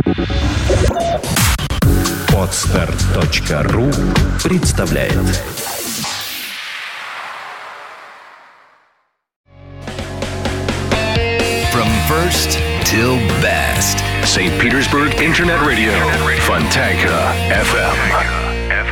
Podster.ru представляет. From first till best. St. Petersburg Internet Radio. Fontanka FM.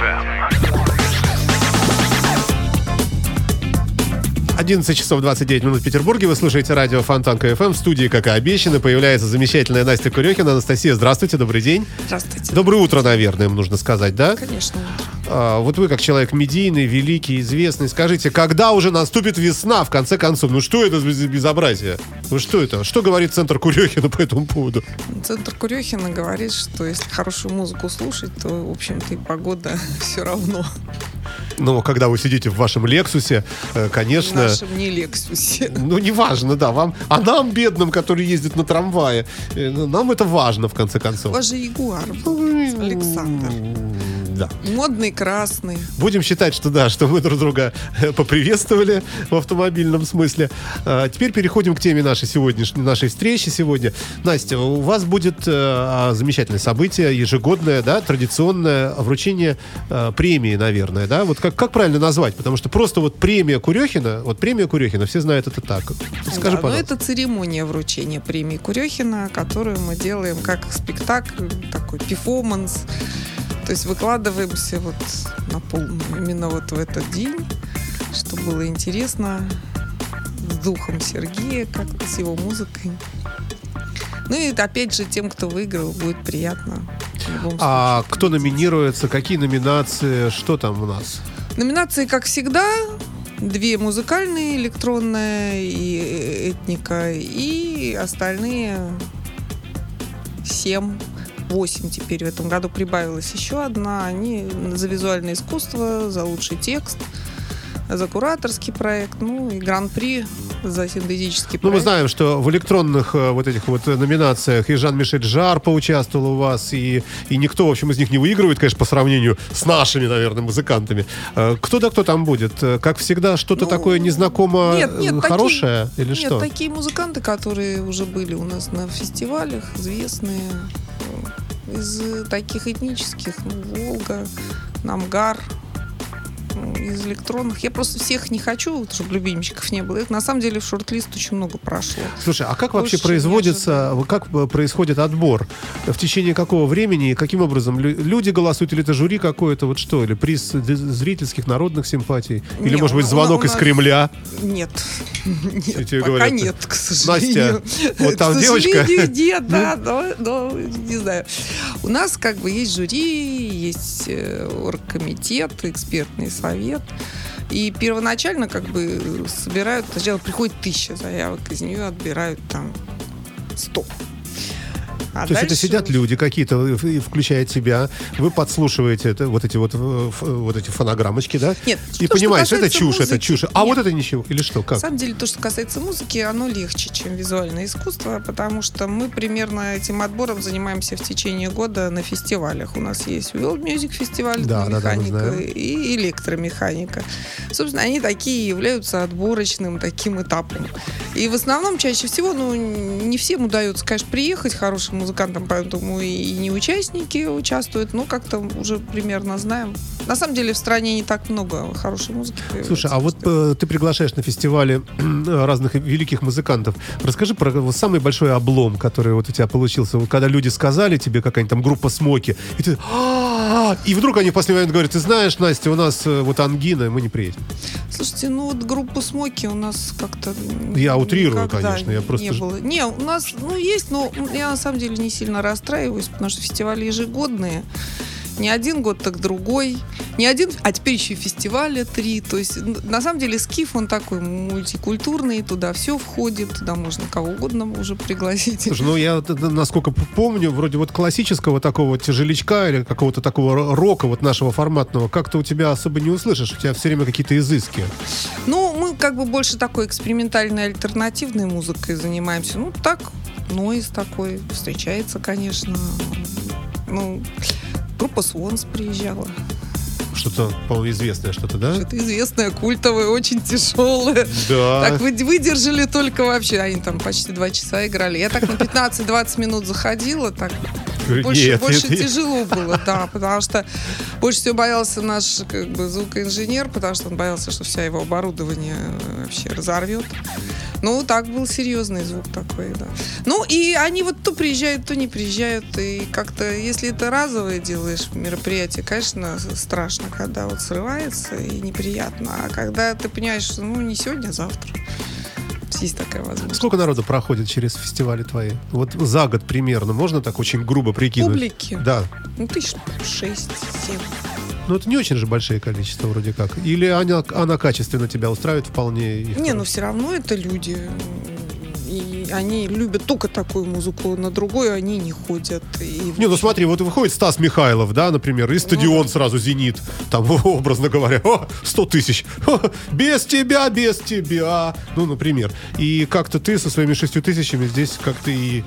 11 часов 29 минут в Петербурге. Вы слушаете радио Фонтанка ФМ. В студии, как и обещано, появляется замечательная Настя Курехина. Анастасия, здравствуйте, добрый день. Здравствуйте. Доброе утро, наверное, нужно сказать, да? Конечно. Вот вы, как человек медийный, великий, известный, скажите, когда уже наступит весна, в конце концов? Ну что это за безобразие? Ну что это? Что говорит Центр Курехина по этому поводу? Центр Курехина говорит, что если хорошую музыку слушать, то, в общем-то, и погода все равно. Но когда вы сидите в вашем Лексусе, конечно... В нашем не Лексусе. Ну, неважно, да, вам... А нам, бедным, которые ездят на трамвае, нам это важно, в конце концов. У вас же Ягуар, Александр. Да. Модный, красный. Будем считать, что да, что мы друг друга поприветствовали в автомобильном смысле. Теперь переходим к теме нашей встречи сегодня. Настя, у вас будет замечательное событие, ежегодное, да, традиционное вручение премии, наверное, да? Вот как правильно назвать? Потому что просто вот премия Курехина, все знают это так. Скажи, пожалуйста. Это церемония вручения премии Курехина, которую мы делаем как спектакль, такой перформанс. То есть выкладываемся вот на полную именно вот в этот день, что было интересно с духом Сергея, как-то с его музыкой. Ну и опять же тем, кто выиграл, будет приятно. А кто номинируется, какие номинации, что там у нас? Номинации, как всегда, 2 музыкальные, электронная и этника, и остальные 7. 8 теперь в этом году прибавилась еще одна. Они за визуальное искусство, за лучший текст, за кураторский проект, ну и гран-при за синтетический проект. Ну, мы знаем, что в электронных вот этих вот номинациях и Жан-Мишель Жарр поучаствовал у вас, и никто, в общем, из них не выигрывает, конечно, по сравнению с нашими, наверное, музыкантами. Кто там будет? Как всегда, что-то такое незнакомо хорошее? Или что? Нет, такие музыканты, которые уже были у нас на фестивалях, известные, из таких этнических, Волга, Намгар, из электронных. Я просто всех не хочу, чтобы любимчиков не было. Их на самом деле в шорт-лист очень много прошло. Слушай, а как вообще происходит отбор? В течение какого времени и каким образом? Люди голосуют, или это жюри какое-то, вот что? Или приз зрительских народных симпатий? Или, может быть, звонок из Кремля? Нет, пока говорят, нет, к сожалению. Настя, вот там девочка. Нет, да, но не знаю. У нас как бы есть жюри, есть оргкомитет, экспертный совет. И первоначально как бы собирают, сначала приходит 1000 заявок, из нее отбирают там 100. То есть это сидят люди какие-то, включая тебя, вы подслушиваете вот эти фонограммочки, да? Нет. И понимаешь, это чушь, музыки, это чушь. А нет. Вот это ничего, или что, как? На самом деле, то, что касается музыки, оно легче, чем визуальное искусство, потому что мы примерно этим отбором занимаемся в течение года на фестивалях. У нас есть World Music фестиваль, механика и электромеханика. Собственно, они такие являются отборочным таким этапом. И в основном, чаще всего, не всем удается, конечно, приехать хорошим музыкантам, поэтому и не участники участвуют, но как-то уже примерно знаем. На самом деле в стране не так много хорошей музыки появляется. Слушай, а вот ты приглашаешь на фестивале разных великих музыкантов. Расскажи про самый большой облом, который вот у тебя получился. Вот когда люди сказали тебе, какая-нибудь там группа Смоки, и ты... И вдруг они в последний момент говорят: ты знаешь, Настя, у нас вот ангина, мы не приедем. Слушайте, вот группу Смоки у нас как-то... Я утрирую, конечно. Я просто... Не было. Не, у нас, есть, но я на самом деле не сильно расстраиваюсь, потому что фестивали ежегодные. Не один год, так другой. Не один, а теперь еще и фестиваля 3. То есть, на самом деле, Скиф, он такой мультикультурный, туда все входит, туда можно кого угодно уже пригласить. Слушай, я, насколько помню, вроде вот классического такого тяжелячка или какого-то такого рока вот нашего форматного как-то у тебя особо не услышишь. У тебя все время какие-то изыски. Мы как бы больше такой экспериментальной альтернативной музыкой занимаемся. Так, нойз такой встречается, конечно. Группа Swans приезжала. Что-то, по-моему, известное что-то, да? Что-то известное, культовое, очень тяжелое. Да. Так выдержали только вообще. Они там почти 2 часа играли. Я так на 15-20 минут заходила, так больше тяжело было, да, потому что больше всего боялся наш звукоинженер, потому что он боялся, что вся его оборудование вообще разорвет. Ну, так был серьезный звук такой, да. Ну, и они вот то приезжают, то не приезжают, и как-то, если это разовое делаешь мероприятие, конечно, страшно, когда вот срывается и неприятно, а когда ты понимаешь, что, не сегодня, а завтра. Есть такая возможность. Сколько народу проходит через фестивали твои? Вот за год примерно, можно так очень грубо прикинуть? Публики? Да. 6-7. Ну, это не очень же большое количество вроде как. Или она качественно тебя устраивает вполне? Все равно это люди. И они любят только такую музыку, на другую они не ходят. Смотри, вот выходит Стас Михайлов, да, например, и стадион сразу «Зенит», там, образно говоря, 100 тысяч, без тебя, например. И как-то ты со своими 6 тысячами здесь как-то и...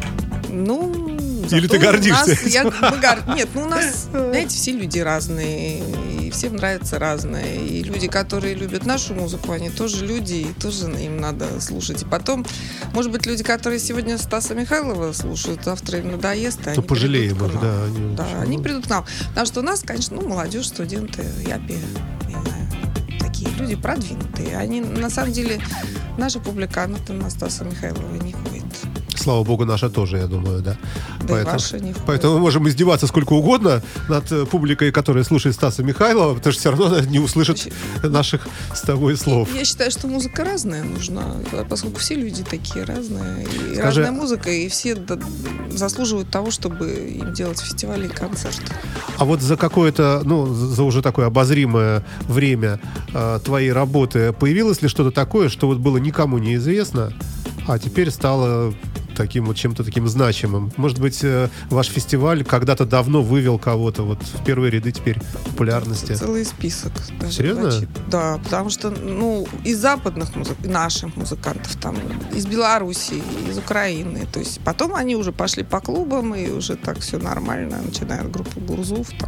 Или ты гордишься? Нет, у нас, знаете, все люди разные, и всем нравится разное. И люди, которые любят нашу музыку, они тоже люди, и тоже им надо слушать. И потом, может быть, люди, которые сегодня Стаса Михайлова слушают, завтра им надоест, и они пожалеем придут к нам. Да, они придут к нам. Потому что у нас, конечно, молодежь, студенты, япи, не знаю, такие люди продвинутые. Они, на самом деле, наша публика, она на Стаса Михайлова не ходит. Слава богу, наша тоже, я думаю, да. Поэтому мы можем издеваться сколько угодно над публикой, которая слушает Стаса Михайлова, потому что все равно она не услышит наших с тобой слов. Я считаю, что музыка разная нужна, поскольку все люди такие разные. И разная музыка, и все заслуживают того, чтобы им делать фестивали и концерты. А вот за какое-то, за уже такое обозримое время твоей работы появилось ли что-то такое, что вот было никому неизвестно, а теперь стало таким вот чем-то таким значимым? Может быть, ваш фестиваль когда-то давно вывел кого-то вот в первые ряды теперь популярности? Целый список. Серьезно? Да, потому что, из западных наших музыкантов, там, из Белоруссии, из Украины, то есть потом они уже пошли по клубам, и уже так все нормально, начиная от группы Гурзуф, там,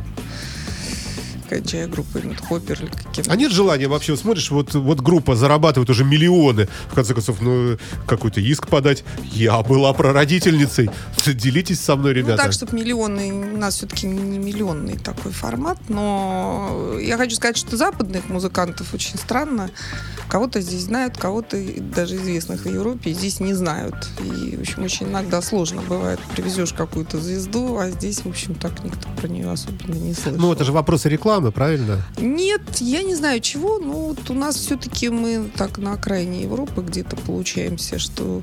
кончая группой Хоппер или каким-то. А нет желания вообще, смотришь, вот группа зарабатывает уже миллионы, в конце концов, какой-то иск подать. Я была прародительницей. Делитесь со мной, ребята. Так, чтобы миллионный, у нас все-таки не миллионный такой формат, но я хочу сказать, что западных музыкантов очень странно. Кого-то здесь знают, кого-то даже известных в Европе здесь не знают. И, в общем, очень иногда сложно бывает. Привезешь какую-то звезду, а здесь, в общем, так никто про нее особенно не слышал. Это же вопросы рекламы, правильно? Нет, я не знаю чего, но вот у нас все-таки мы так на окраине Европы где-то получаемся, что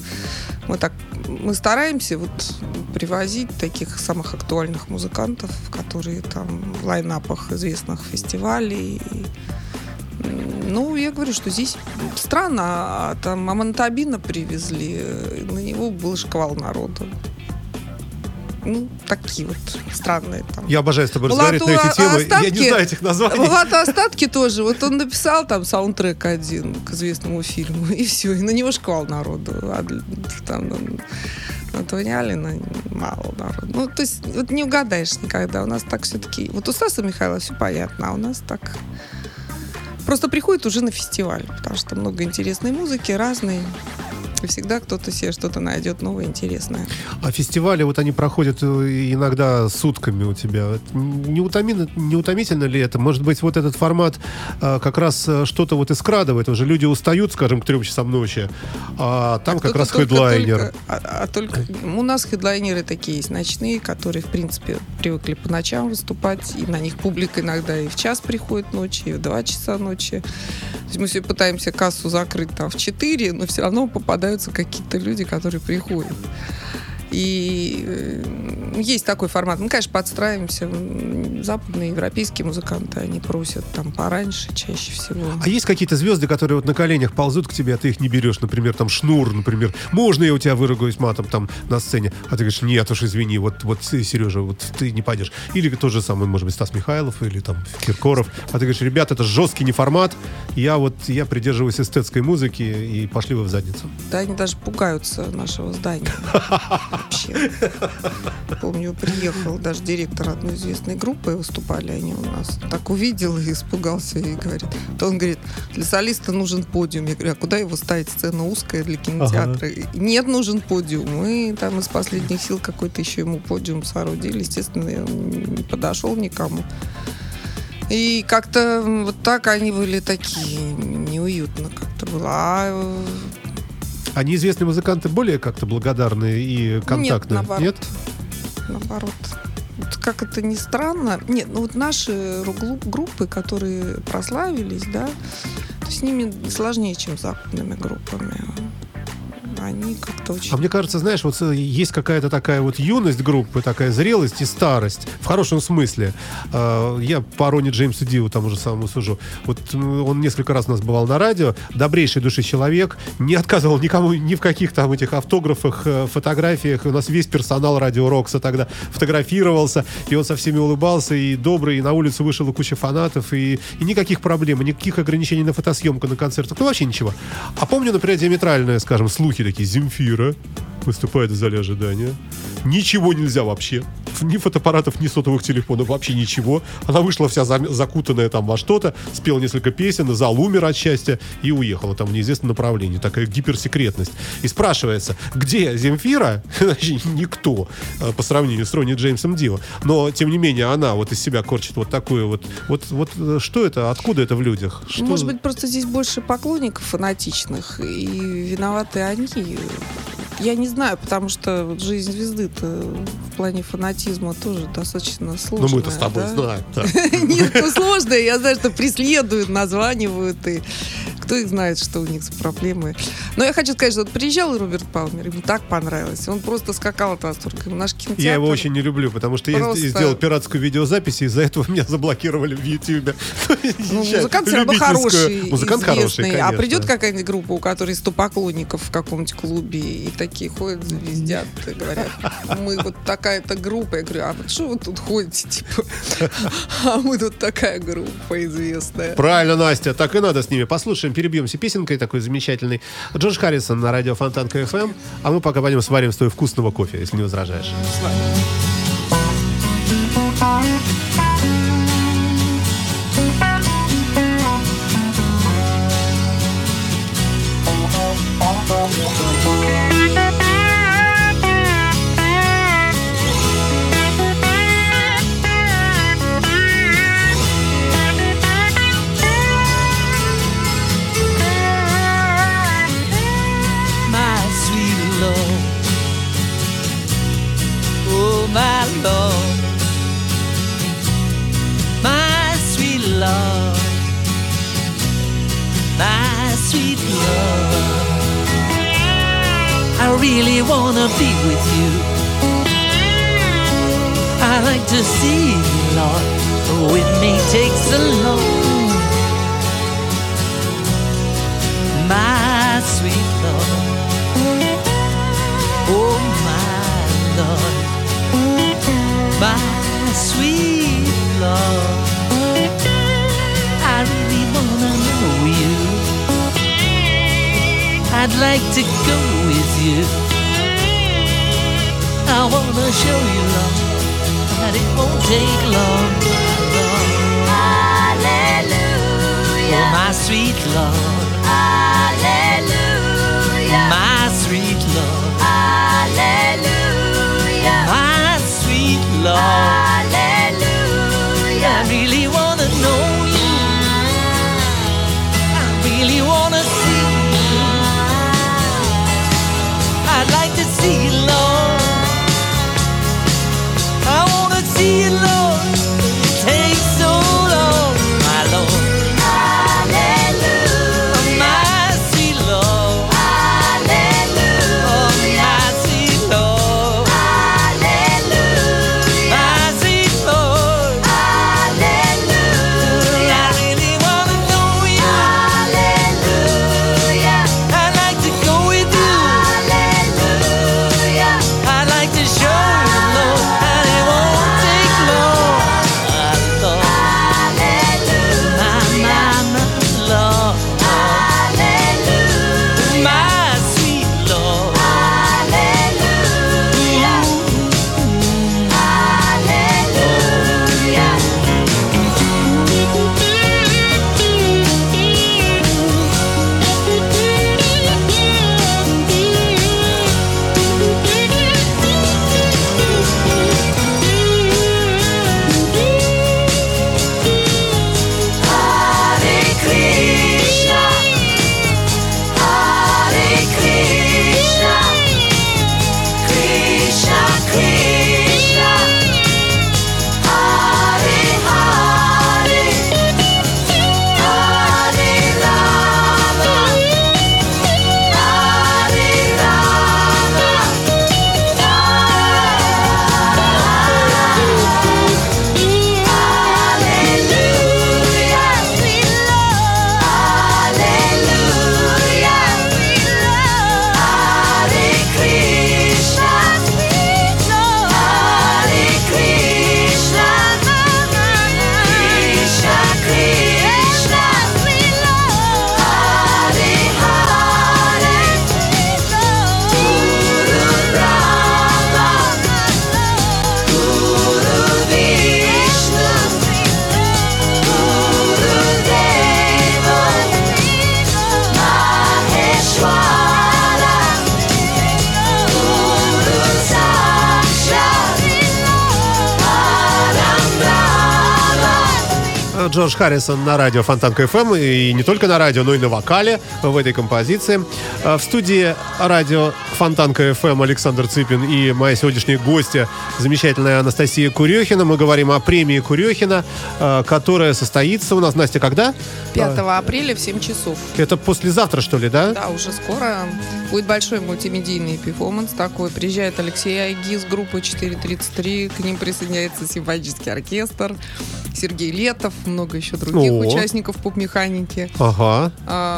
мы стараемся привозить таких самых актуальных музыкантов, которые там в лайн-апах известных фестивалей. Я говорю, что здесь странно, там Амантабина привезли, на него был шквал народа. Такие вот странные там. Я обожаю с тобой разговаривать на эти темы. Я не знаю этих названий. Булату Остатки тоже. Вот он написал там саундтрек один к известному фильму, и все, и на него шквал народу. А там на Тони Аллена мало народу. То есть не угадаешь никогда. У нас так все-таки... Вот у Стаса Михайлова все понятно, а у нас так... Просто приходит уже на фестиваль, потому что много интересной музыки, разной. И всегда кто-то себе что-то найдет новое, интересное. А фестивали, они проходят иногда сутками у тебя. Не утомительно ли это? Может быть, этот формат как раз что-то искрадывает. Уже люди устают, скажем, к 3 часам ночи, а там как раз хедлайнер. Только у нас хедлайнеры такие есть ночные, которые, в принципе, привыкли по ночам выступать, и на них публика иногда и в час приходит ночи, и в 2 часа ночи. То есть мы все пытаемся кассу закрыть там в 4, но все равно попадаются какие-то люди, которые приходят. И есть такой формат. Мы, конечно, подстраиваемся. Западные, европейские музыканты, они просят там пораньше, чаще всего. А есть какие-то звезды, которые на коленях ползут к тебе, а ты их не берешь? Например, там Шнур, например. Можно я у тебя выругаюсь матом там на сцене? А ты говоришь, нет уж, извини, Сережа, ты не пойдешь. Или тот же самый, может быть, Стас Михайлов или там Киркоров. А ты говоришь, ребята, это жесткий не формат. Я придерживаюсь эстетской музыки, и пошли вы в задницу. Да, они даже пугаются нашего здания. Вообще. помню, приехал даже директор одной известной группы, выступали они у нас. Так увидел и испугался, и говорит. То он говорит, для солиста нужен подиум. Я говорю, а куда его ставить? Сцена узкая для кинотеатра. Нет, нужен подиум. Мы там из последних сил какой-то еще ему подиум соорудили. Естественно, он не подошел никому. И как-то вот так они были такие, неуютно как-то было. А неизвестные музыканты более как-то благодарные и контактные? Нет, наоборот. Вот как это ни странно. Нет, ну вот наши группы, которые прославились, да, то с ними сложнее, чем с западными группами. Они как-то очень... А мне кажется, знаешь, вот есть какая-то такая вот юность группы, такая зрелость и старость, в хорошем смысле. Я по Ронни Джеймсу Дио тому же самому сужу. Вот он несколько раз у нас бывал на радио, добрейшей души человек, не отказывал никому ни в каких там этих автографах, фотографиях. У нас весь персонал Радио Рокса тогда фотографировался, и он со всеми улыбался, и добрый, и на улицу вышел и куча фанатов, и никаких проблем, никаких ограничений на фотосъемку, на концертах, ну вообще ничего. А помню, например, диаметральные, скажем, слухи такие, Земфира выступает в зале ожидания. Ничего нельзя вообще. Ни фотоаппаратов, ни сотовых телефонов, вообще ничего. Она вышла вся закутанная там во что-то, спела несколько песен, зал умер от счастья и уехала там в неизвестном направлении. Такая гиперсекретность. И спрашивается, где Земфира? Никто по сравнению с Ронни Джеймсом Дио. Но, тем не менее, она вот из себя корчит вот такую вот что это? Откуда это в людях? Что... Может быть, просто здесь больше поклонников фанатичных, и виноваты они. Я не знаю, потому что вот жизнь звезды-то в плане фанатизма тоже достаточно сложная. Ну, мы-то с тобой знаем. Нет, ну сложная. Я знаю, что преследуют, названивают, и кто их знает, что у них за проблемы. Но я хочу сказать, что вот приезжал Роберт Палмер, ему так понравилось. Он просто скакал от восторга. Наш кинотеатр... Я его очень не люблю, потому что я сделал пиратскую видеозапись, и из-за этого меня заблокировали в Ютьюбе. Ну, музыкант все равно хороший, музыкант хороший, конечно. А придет какая-нибудь группа, у которой 100 поклонников в каком-нибудь клубе, и такие ходят, звездят, и говорят, мы вот такая-то группа. Я говорю, а вот что вы тут ходите, типа? А мы тут такая группа известная. Правильно, Настя, так и надо с ними. Послушаем, перебьемся песенкой такой замечательной. Джордж Харрисон на радио Фонтанка FM. А мы пока пойдем сварим с тобой вкусного кофе, если не возражаешь. My love, my sweet love, my sweet love. I really wanna be with you. I like to see you, Lord, but it may take so long. My sweet love, oh my love. My sweet love, I really wanna know you. I'd like to go with you. I wanna show you, love, that it won't take long. Hallelujah. Oh, my sweet love. Hallelujah. My sweet love. Hallelujah. My sweet love. Hallelujah. I really wanna know you. I really wanna see you. I'd like to see you, Lord. I wanna see you, Lord. It takes so long, my Lord. Hallelujah. My Джордж Харрисон на радио Фонтанка ФМ. И не только на радио, но и на вокале в этой композиции. В студии радио Фонтанка ФМ Александр Цыпин и моя сегодняшняя гостья, замечательная Анастасия Курехина. Мы говорим о премии Курехина, которая состоится у нас, Настя, когда? 5 апреля в 7 часов. Это послезавтра, что ли, да? Да, уже скоро. Будет большой мультимедийный перформанс такой. Приезжает Алексей Айги с группы 433. К ним присоединяется симфонический оркестр. Сергей Летов, много еще других участников поп-механики. Ага.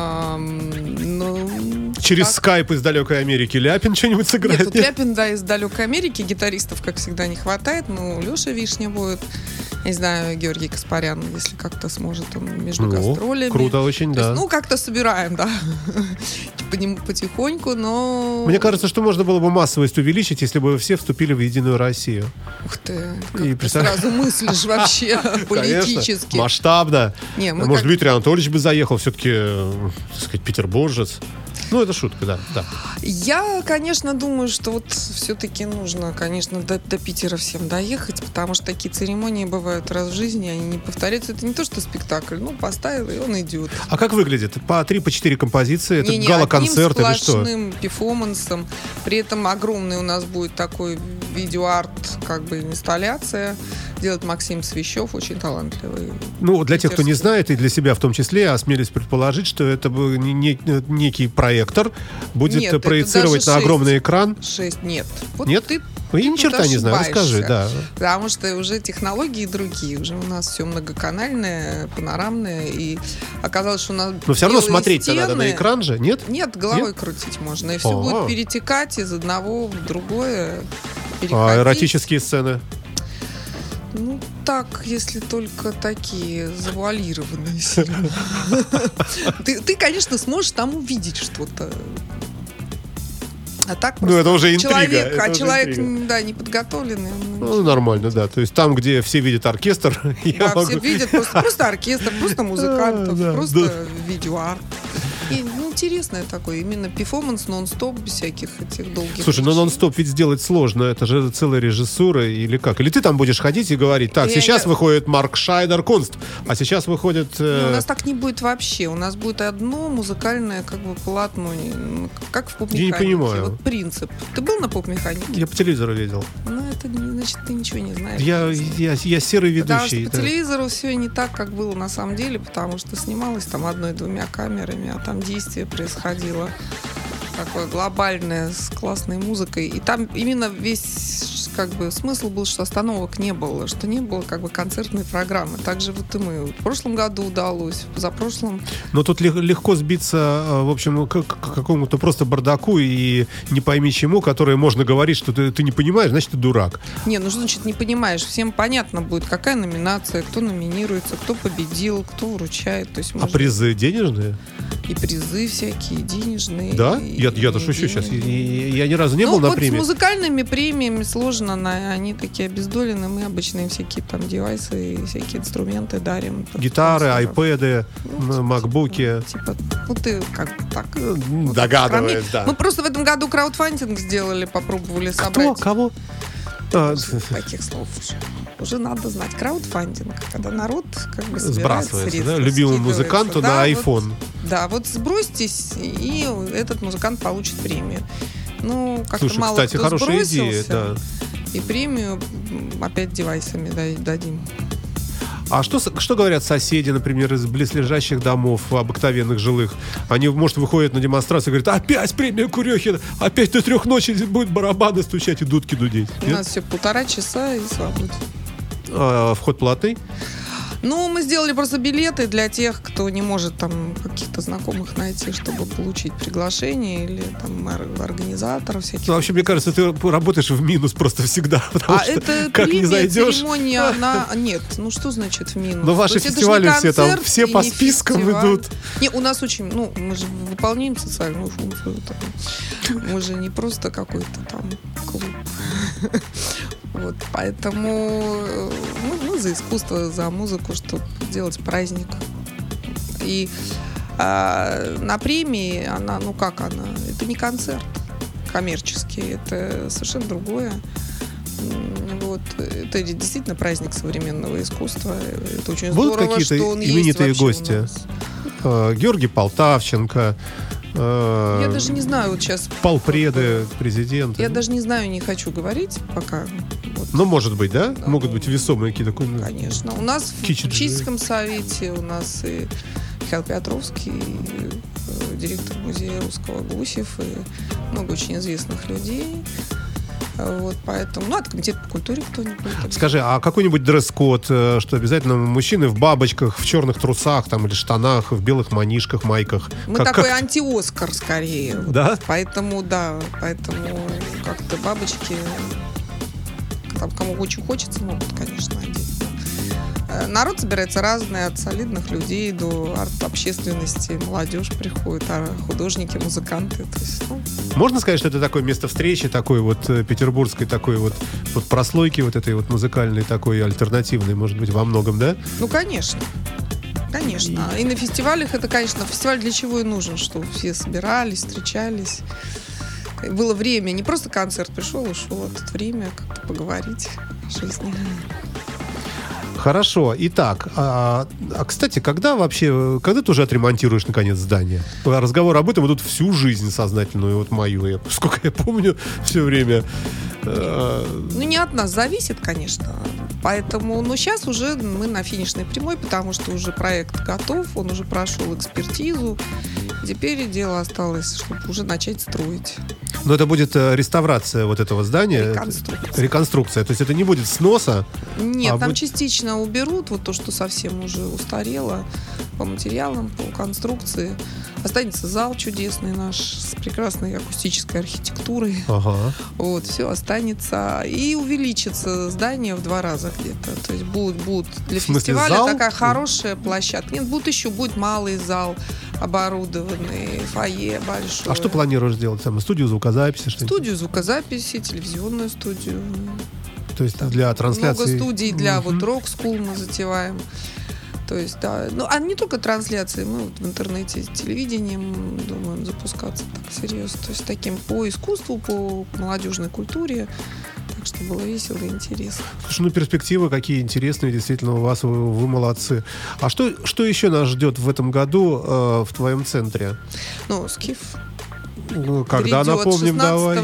Через скайп из далекой Америки Ляпин что-нибудь сыграет? Нет, тут Ляпин, да, из далекой Америки. Гитаристов, как всегда, не хватает. Ну, Леша Вишня будет. Я не знаю, Георгий Каспарян, если как-то сможет он между гастролями. Круто очень, да. Есть, как-то собираем, да. Потихоньку, но... Мне кажется, что можно было бы массовость увеличить, если бы все вступили в Единую Россию. Ух ты, как ты сразу мыслишь вообще политически. Конечно, масштабно. Может, Дмитрий Анатольевич бы заехал, все-таки, так сказать, петербуржец. Ну, это шутка, да. Я, конечно, думаю, что вот все-таки нужно, конечно, до Питера всем доехать, потому что такие церемонии бывают раз в жизни, они не повторяются. Это не то, что спектакль, поставил, и он идет. А как выглядит? По 3-4 композиции? Это гала-концерт или что? Сплошным перформансом. При этом огромный у нас будет такой видеоарт, инсталляция. Делает Максим Свящев, очень талантливый. Для тех, кто не знает, и для себя в том числе, осмелюсь предположить, что это некий проектор будет проецировать на огромный экран. 6, нет. Нет? Я ни черта не знаю, расскажи, да. Потому что уже технологии другие, уже у нас все многоканальное, панорамное, и оказалось, что у нас но все равно смотреть-то надо на экран же, нет? Нет, головой крутить можно, и все будет перетекать из одного в другое. А эротические сцены? Если только такие завуалированные. Ты, конечно, сможешь там увидеть что-то. А так просто это уже интрига. Человек неподготовленный. Нормально, да. То есть там, где все видят оркестр, все видят просто оркестр, просто музыкантов, просто видеоарт. И, интересное такое, именно перформанс нон-стоп, без всяких этих долгих... Слушай, нон-стоп ведь сделать сложно, это же целая режиссура или как? Или ты там будешь ходить и говорить, так, сейчас выходит Марк Шайдер Кунст, а сейчас выходит... У нас так не будет вообще, у нас будет одно музыкальное полотно, как в поп-механике. Я не понимаю. Вот принцип. Ты был на поп-механике? Я по телевизору видел. Это значит, ты ничего не знаешь. Я серый ведущий. Потому что по телевизору все не так, как было на самом деле, потому что снималось там 1-2 камерами, а там действие происходило такое глобальное, с классной музыкой. И там именно весь смысл был, что остановок не было, что не было концертной программы. Так же вот и мы. В прошлом году удалось, в позапрошлом. Но тут легко сбиться, в общем, к какому-то просто бардаку и не пойми чему, которое можно говорить, что ты не понимаешь, значит, ты дурак. Что значит не понимаешь? Всем понятно будет, какая номинация, кто номинируется, кто победил, кто вручает. То есть, призы денежные? И призы всякие денежные. Да? Я-то шучу сейчас. Я ни разу не был на премии. С музыкальными премиями сложно. Они такие обездоленные. Мы обычные всякие там девайсы и всякие инструменты дарим. Гитары, айпэды, макбуки. Ты так догадываешь, да. Мы просто в этом году краудфандинг сделали, попробовали собрать. Кого? Таких слов уже надо знать. Краудфандинг, когда народ сбрасывается средства, любимому музыканту на iPhone. Вот сбросьтесь, и этот музыкант получит премию. Слушай, мало кстати, кто хорошая идея, да. И премию опять девайсами дадим. А что говорят соседи, например, из близлежащих домов, обыкновенных жилых? Они, может, выходят на демонстрацию и говорят, опять премия Курехина, опять до 3 ночи будет барабаны стучать и дудки дудеть. У нас все 1,5 часа и свобода. А вход платный? Мы сделали просто билеты для тех, кто не может там каких-то знакомых найти, чтобы получить приглашение, или там организаторов всяких. Вообще, мне кажется, ты работаешь в минус просто всегда, потому что это как не зайдешь... церемония, она... Нет, что значит в минус? Но ваши фестивали все по спискам идут. У нас очень... мы же выполняем социальную функцию. Мы же не просто какой-то там клуб. Поэтому мы за искусство, за музыку, чтобы делать праздник. И на премии она, это не концерт коммерческий, это совершенно другое. Вот. Это действительно праздник современного искусства. Это очень Будут здорово, какие-то что он именитые есть вообще гости? у нас. Георгий Полтавченко. Я даже не знаю, вот сейчас... Полпреды, президенты. Я даже не знаю, не хочу говорить пока. Вот. Ну, может быть, да? Да, Могут быть весомые какие-то... Конечно. У нас в учительском совете, у нас и Михаил Петровский, и директор музея русского Гусев, и много очень известных людей. Вот, поэтому, от комитета по культуре кто-нибудь. Скажи, а какой-нибудь дресс-код, что обязательно мужчины в бабочках, в черных трусах там, или штанах, в белых манишках, майках? Мы такой анти-Оскар скорее. Да? Поэтому как-то бабочки, там, кому очень хочется, могут, конечно, одеть. Народ собирается разный, от солидных людей до арт-общественности, молодежь приходит, художники, музыканты. То есть, Можно сказать, что это такое место встречи, такой вот петербургской, такой вот прослойки, вот этой вот музыкальной, такой альтернативной, может быть, во многом, да? Ну, конечно. Конечно. И на фестивалях это, конечно, фестиваль для чего и нужен, чтобы все собирались, встречались. Было время, не просто концерт пришел, ушел, а тут время как-то поговорить о жизни. Хорошо. Итак, кстати, когда ты уже отремонтируешь, наконец, здание? Разговор об этом идут всю жизнь сознательную, вот мою, сколько я помню, все время. Не от нас зависит, конечно. Поэтому, сейчас уже мы на финишной прямой, потому что уже проект готов, он уже прошел экспертизу. Теперь дело осталось, чтобы уже начать строить. Но это будет реставрация вот этого здания? Реконструкция. То есть это не будет сноса? Нет, там частично уберут вот то, что совсем уже устарело по материалам, по конструкции. Останется зал чудесный наш с прекрасной акустической архитектурой. Ага. Вот, все останется. И увеличится здание в 2 раза где-то. То есть будут для фестиваля зал? Такая хорошая площадка. Нет, будет малый зал, оборудованный, фойе большое. А что планируешь сделать? Там студию звукозаписи? Студию звукозаписи, телевизионную студию. То есть для трансляции? Много студий для Rock School мы затеваем. То есть, да. А не только трансляции, мы в интернете, телевидением думаем запускаться так серьезно. То есть таким по искусству, по молодежной культуре. Так что было весело и интересно. Слушай, перспективы какие интересные, действительно, у вас, вы молодцы. А что еще нас ждет в этом году в твоем центре? Скиф. Когда, напомним, 16, давай?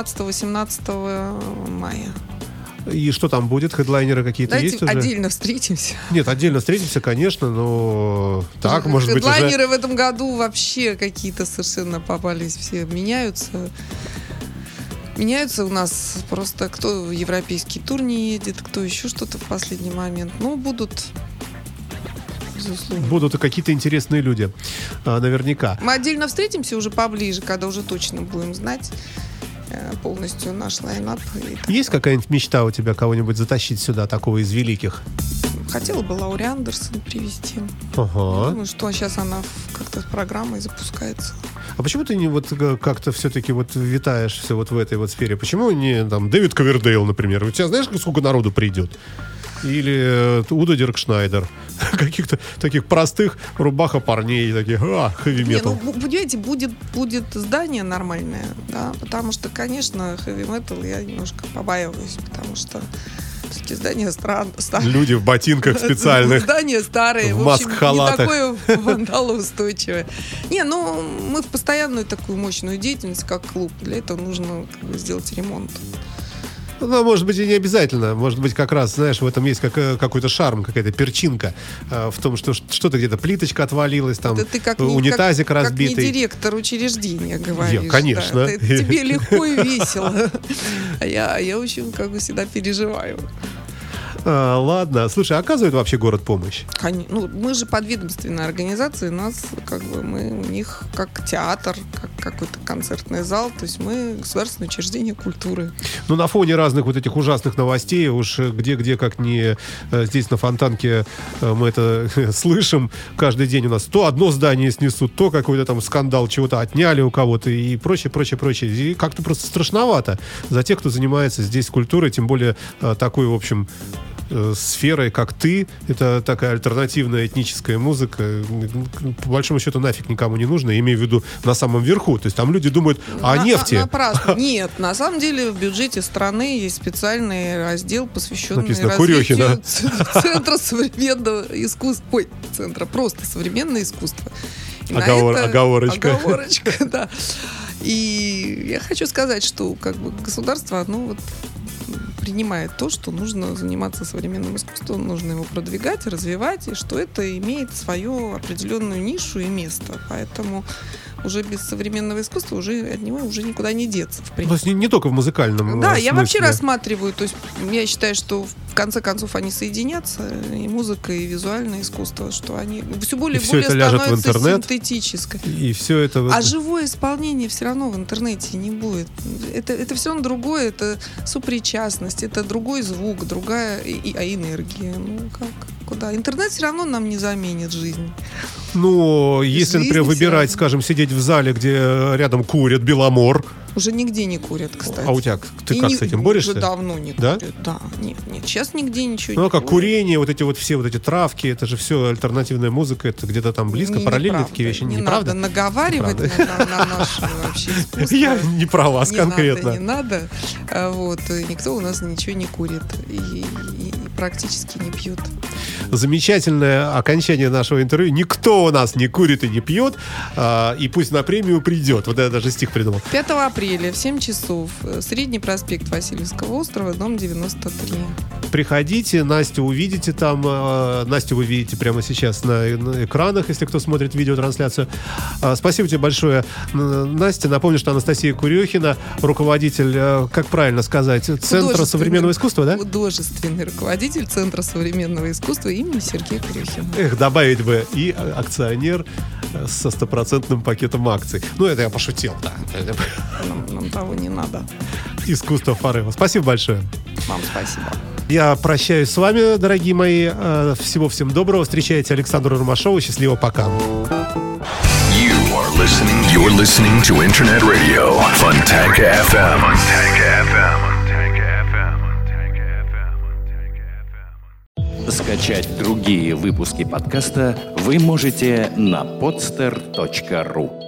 18 мая. И что там будет? Хедлайнеры какие-то есть уже? Отдельно встретимся. Нет, отдельно встретимся, конечно, но так, может быть, уже... Хедлайнеры в этом году вообще какие-то совершенно попались, все меняются. Меняются у нас просто, кто в европейский тур не едет, кто еще что-то в последний момент. Будут, безусловно. Будут и какие-то интересные люди, наверняка. Мы отдельно встретимся уже поближе, когда уже точно будем знать полностью наш лайнап. Есть какая-нибудь мечта у тебя кого-нибудь затащить сюда, такого из великих? Хотела бы Лаури Андерсон привезти. Ага. Думаю, что сейчас она как-то с программой запускается. А почему ты не как-то все-таки витаешь все в этой сфере? Почему не там Дэвид Ковердейл, например? У тебя знаешь, сколько народу придет? Или Удо Диркшнайдер. Каких-то таких простых рубаха парней, таких, хэви-метал. Понимаете, будет здание нормальное, да, потому что, конечно, хэви-метал я немножко побаиваюсь, потому что все-таки здание старое. Люди в ботинках специальных. Здание старое, в маск-халатах. Не такое вандалоустойчивое. Мы в постоянную такую мощную деятельность, как клуб. Для этого нужно сделать ремонт. Может быть, и не обязательно. Может быть, как раз, знаешь, в этом есть какой-то шарм, какая-то перчинка в том, что что-то где-то плиточка отвалилась, там унитазик разбитый. Как не директор учреждения говоришь. Конечно. Да. Тебе легко и весело. А я очень всегда переживаю. Ладно. Слушай, оказывает вообще город помощь? Мы же подведомственная организация, мы у них как театр, как какой-то концертный зал, то есть мы государственное учреждение культуры. На фоне разных этих ужасных новостей, уж где как не здесь на Фонтанке мы это слышим каждый день. У нас то одно здание снесут, то какой-то там скандал, чего-то отняли у кого-то и прочее. И как-то просто страшновато за тех, кто занимается здесь культурой, тем более такой, в общем, сферой, как ты. Это такая альтернативная этническая музыка. По большому счету нафиг никому не нужно, имею в виду на самом верху. То есть там люди думают о нефти. Нет, на самом деле в бюджете страны есть специальный раздел, посвященный написано развитию Центра современного искусства. Ой, Центра просто современное искусство. Оговорочка. Оговорочка, да. И я хочу сказать, что как бы государство, оно вот принимает то, что нужно заниматься современным искусством, нужно его продвигать, развивать, и что это имеет свою определенную нишу и место. Поэтому уже без современного искусства уже от него уже никуда не деться, в принципе. То есть не только в музыкальном Да, смысле. Я вообще рассматриваю, то есть я считаю, что в конце концов они соединятся, и музыка, и визуальное искусство, что они все более и более становятся синтетической. И все это... А живое исполнение все равно в интернете не будет. Это все равно другое, это сопричастность, это другой звук, другая энергия. Ну как? Куда? Интернет все равно нам не заменит жизнь. Ну, если, например, выбирать, скажем, сидеть в зале, где рядом курят Беломор. Уже нигде не курят, кстати. А у тебя, ты как с этим борешься? Уже давно не курят. Да? Нет, сейчас нигде ничего не курят. Ну, а как курят. курение, вот эти вот все вот эти травки, это же все альтернативная музыка, это где-то там близко, параллельно такие вещи. Не неправда? Надо наговаривать на наше вообще искусство. Я не про вас конкретно. Не надо. Вот. Никто у нас ничего не курит. И практически не пьют. Замечательное окончание нашего интервью. Никто у нас не курит и не пьет, и пусть на премию придет. Вот я даже стих придумал. 5 апреля в 7 часов. Средний проспект Васильевского острова, дом 93. Приходите, Настю увидите там. Настю вы видите прямо сейчас на экранах, если кто смотрит видеотрансляцию. Спасибо тебе большое, Настя. Напомню, что Анастасия Курехина, руководитель, как правильно сказать, Центра современного искусства, да? Художественный руководитель Центра современного искусства имени Сергея Курехина. Добавить бы и акционер со 100% пакетом акций. Ну, это я пошутил, да. Нам того не надо. Искусство forever. Спасибо большое. Вам спасибо. Я прощаюсь с вами, дорогие мои. Всего всем доброго. Встречайте Александру Ромашову. Счастливо, пока. You're listening to Internet Radio Fontanka FM. Скачать другие выпуски подкаста вы можете на podster.ru.